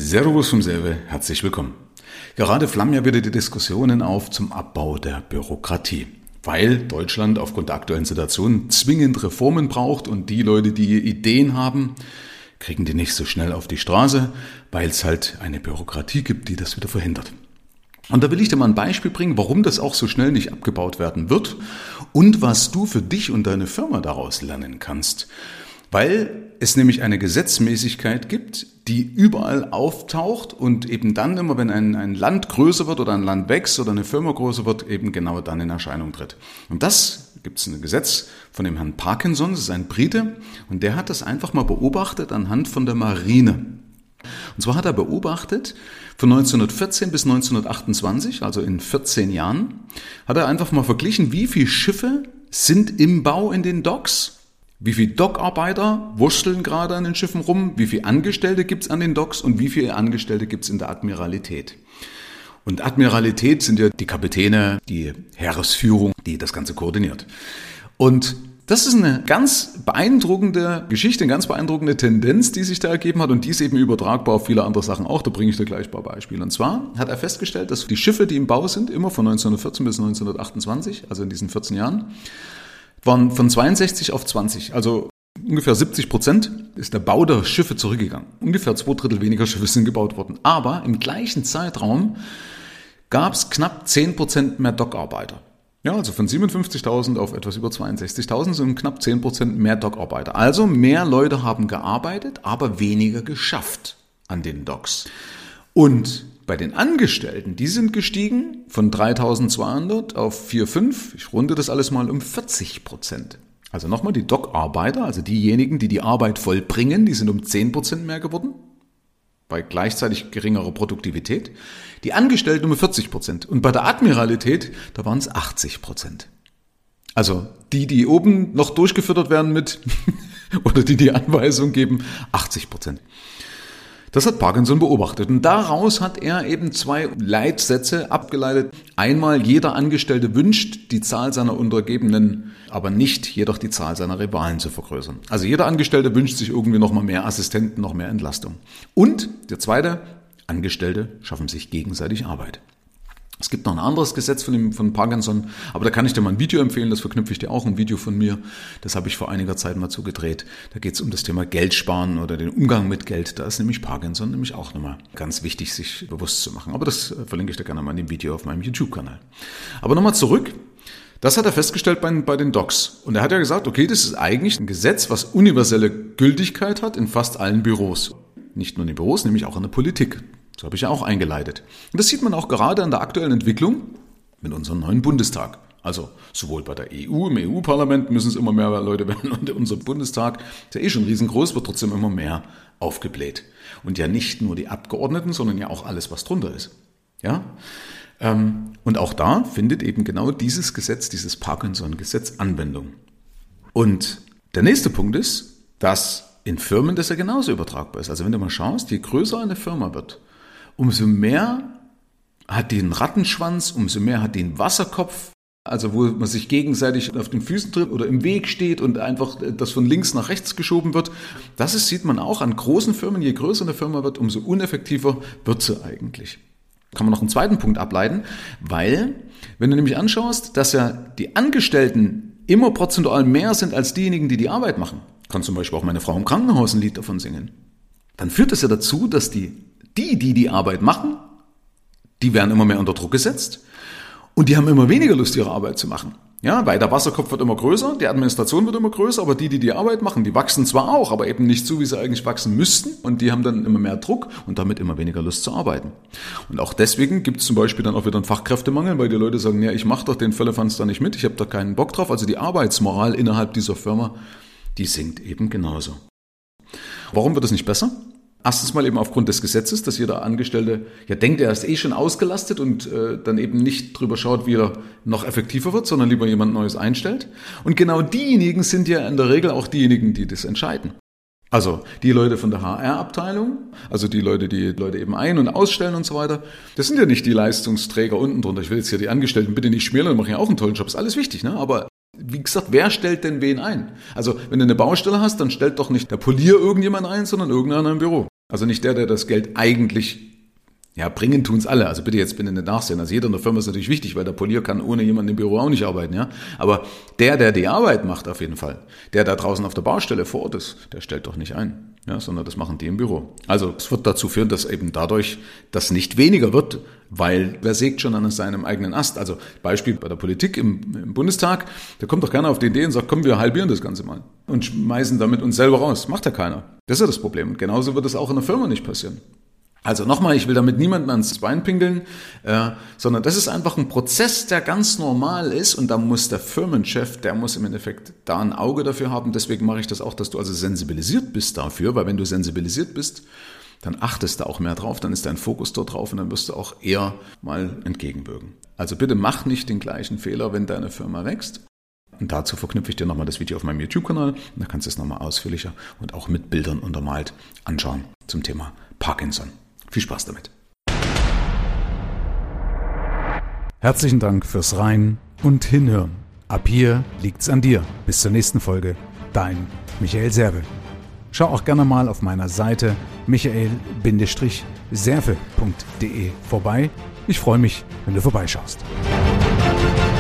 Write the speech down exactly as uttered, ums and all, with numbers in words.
Servus vom Serve, herzlich willkommen. Gerade flammen ja wieder die Diskussionen auf zum Abbau der Bürokratie, weil Deutschland aufgrund der aktuellen Situation zwingend Reformen braucht und die Leute, die Ideen haben, kriegen die nicht so schnell auf die Straße, weil es halt eine Bürokratie gibt, die das wieder verhindert. Und da will ich dir mal ein Beispiel bringen, warum das auch so schnell nicht abgebaut werden wird und was du für dich und deine Firma daraus lernen kannst. Weil es nämlich eine Gesetzmäßigkeit gibt, die überall auftaucht und eben dann immer, wenn ein, ein Land größer wird oder ein Land wächst oder eine Firma größer wird, eben genau dann in Erscheinung tritt. Und das gibt es ein Gesetz von dem Herrn Parkinson, das ist ein Brite, und der hat das einfach mal beobachtet anhand von der Marine. Und zwar hat er beobachtet, von neunzehnhundertvierzehn bis neunzehnhundertachtundzwanzig, also in vierzehn Jahren, hat er einfach mal verglichen, wie viele Schiffe sind im Bau in den Docks. Wie viele Dockarbeiter wursteln gerade an den Schiffen rum, wie viele Angestellte gibt's an den Docks und wie viele Angestellte gibt's in der Admiralität. Und Admiralität sind ja die Kapitäne, die Heeresführung, die das Ganze koordiniert. Und das ist eine ganz beeindruckende Geschichte, eine ganz beeindruckende Tendenz, die sich da ergeben hat und die ist eben übertragbar auf viele andere Sachen auch. Da bringe ich dir gleich ein paar Beispiele. Und zwar hat er festgestellt, dass die Schiffe, die im Bau sind, immer von neunzehnhundertvierzehn bis neunzehnhundertachtundzwanzig, also in diesen vierzehn Jahren, waren von zweiundsechzig auf zwanzig, also ungefähr siebzig Prozent ist der Bau der Schiffe zurückgegangen. Ungefähr zwei Drittel weniger Schiffe sind gebaut worden. Aber im gleichen Zeitraum gab es knapp zehn Prozent mehr Dockarbeiter. Ja, also von siebenundfünfzigtausend auf etwas über zweiundsechzigtausend sind knapp zehn Prozent mehr Dockarbeiter. Also mehr Leute haben gearbeitet, aber weniger geschafft an den Docks. Und bei den Angestellten, die sind gestiegen von dreitausendzweihundert auf vier Komma fünf, ich runde das alles mal um vierzig Prozent. Also nochmal, die Dockarbeiter, also diejenigen, die die Arbeit vollbringen, die sind um zehn Prozent mehr geworden, bei gleichzeitig geringerer Produktivität. Die Angestellten um vierzig Prozent. Und bei der Admiralität, da waren es achtzig Prozent. Also die, die oben noch durchgefüttert werden mit, oder die die Anweisung geben, achtzig Prozent. Das hat Parkinson beobachtet und daraus hat er eben zwei Leitsätze abgeleitet. Einmal, jeder Angestellte wünscht, die Zahl seiner Untergebenen, aber nicht jedoch die Zahl seiner Rivalen zu vergrößern. Also jeder Angestellte wünscht sich irgendwie noch mal mehr Assistenten, noch mehr Entlastung. Und der zweite, Angestellte schaffen sich gegenseitig Arbeit. Es gibt noch ein anderes Gesetz von, dem, von Parkinson, aber da kann ich dir mal ein Video empfehlen, das verknüpfe ich dir auch, ein Video von mir, das habe ich vor einiger Zeit mal zugedreht. Da geht es um das Thema Geld sparen oder den Umgang mit Geld. Da ist nämlich Parkinson nämlich auch nochmal ganz wichtig, sich bewusst zu machen. Aber das verlinke ich dir gerne mal in dem Video auf meinem YouTube-Kanal. Aber nochmal zurück. Das hat er festgestellt bei, bei den Docks. Und er hat ja gesagt, okay, das ist eigentlich ein Gesetz, was universelle Gültigkeit hat in fast allen Büros. Nicht nur in den Büros, nämlich auch in der Politik. Das habe ich ja auch eingeleitet. Und das sieht man auch gerade an der aktuellen Entwicklung mit unserem neuen Bundestag. Also sowohl bei der E U, im E U-Parlament müssen es immer mehr Leute werden und unser Bundestag ist ja eh schon riesengroß, wird trotzdem immer mehr aufgebläht. Und ja nicht nur die Abgeordneten, sondern ja auch alles, was drunter ist. Ja? Und auch da findet eben genau dieses Gesetz, dieses Parkinson-Gesetz Anwendung. Und der nächste Punkt ist, dass in Firmen das ja genauso übertragbar ist. Also wenn du mal schaust, je größer eine Firma wird, umso mehr hat die einen Rattenschwanz, umso mehr hat die einen Wasserkopf, also wo man sich gegenseitig auf den Füßen tritt oder im Weg steht und einfach das von links nach rechts geschoben wird. Das ist, sieht man auch an großen Firmen. Je größer eine Firma wird, umso uneffektiver wird sie eigentlich. Kann man noch einen zweiten Punkt ableiten, weil, wenn du nämlich anschaust, dass ja die Angestellten immer prozentual mehr sind als diejenigen, die die Arbeit machen, kann zum Beispiel auch meine Frau im Krankenhaus ein Lied davon singen, dann führt das ja dazu, dass die, die, die die Arbeit machen, die werden immer mehr unter Druck gesetzt und die haben immer weniger Lust, ihre Arbeit zu machen. Ja, weil der Wasserkopf wird immer größer, die Administration wird immer größer, aber die, die die Arbeit machen, die wachsen zwar auch, aber eben nicht so, wie sie eigentlich wachsen müssten und die haben dann immer mehr Druck und damit immer weniger Lust zu arbeiten. Und auch deswegen gibt es zum Beispiel dann auch wieder einen Fachkräftemangel, weil die Leute sagen, ja, ich mache doch den Völlefanz da nicht mit, ich habe da keinen Bock drauf. Also die Arbeitsmoral innerhalb dieser Firma, die sinkt eben genauso. Warum wird es nicht besser? Erstens mal eben aufgrund des Gesetzes, dass jeder Angestellte ja denkt, er ist eh schon ausgelastet und äh, dann eben nicht drüber schaut, wie er noch effektiver wird, sondern lieber jemand Neues einstellt. Und genau diejenigen sind ja in der Regel auch diejenigen, die das entscheiden. Also die Leute von der H R-Abteilung, also die Leute, die Leute eben ein- und ausstellen und so weiter, das sind ja nicht die Leistungsträger unten drunter. Ich will jetzt hier die Angestellten bitte nicht schmälern, die machen ja auch einen tollen Job, ist alles wichtig, ne? Aber wie gesagt, wer stellt denn wen ein? Also wenn du eine Baustelle hast, dann stellt doch nicht der Polier irgendjemand ein, sondern irgendeiner im Büro. Also nicht der, der das Geld eigentlich, ja, bringen tun's alle. Also bitte jetzt bitte nicht nachsehen. Also jeder in der Firma ist natürlich wichtig, weil der Polier kann ohne jemanden im Büro auch nicht arbeiten, ja. Aber der, der die Arbeit macht auf jeden Fall, der da draußen auf der Baustelle vor Ort ist, der stellt doch nicht ein, ja, sondern das machen die im Büro. Also es wird dazu führen, dass eben dadurch das nicht weniger wird, weil wer sägt schon an seinem eigenen Ast? Also Beispiel bei der Politik im, im Bundestag, da kommt doch keiner auf die Idee und sagt, komm, wir halbieren das Ganze mal und schmeißen damit uns selber raus. Macht ja keiner. Das ist ja das Problem. Und genauso wird es auch in der Firma nicht passieren. Also nochmal, ich will damit niemanden ans Bein pinkeln, äh, sondern das ist einfach ein Prozess, der ganz normal ist und da muss der Firmenchef, der muss im Endeffekt da ein Auge dafür haben. Deswegen mache ich das auch, dass du also sensibilisiert bist dafür, weil wenn du sensibilisiert bist, dann achtest du auch mehr drauf, dann ist dein Fokus dort drauf und dann wirst du auch eher mal entgegenwirken. Also bitte mach nicht den gleichen Fehler, wenn deine Firma wächst. Und dazu verknüpfe ich dir nochmal das Video auf meinem YouTube-Kanal und da kannst du es nochmal ausführlicher und auch mit Bildern untermalt anschauen zum Thema Parkinson. Viel Spaß damit. Herzlichen Dank fürs Rein- und Hinhören. Ab hier liegt's an dir. Bis zur nächsten Folge. Dein Michael Serve. Schau auch gerne mal auf meiner Seite michael serve punkt de vorbei. Ich freue mich, wenn du vorbeischaust.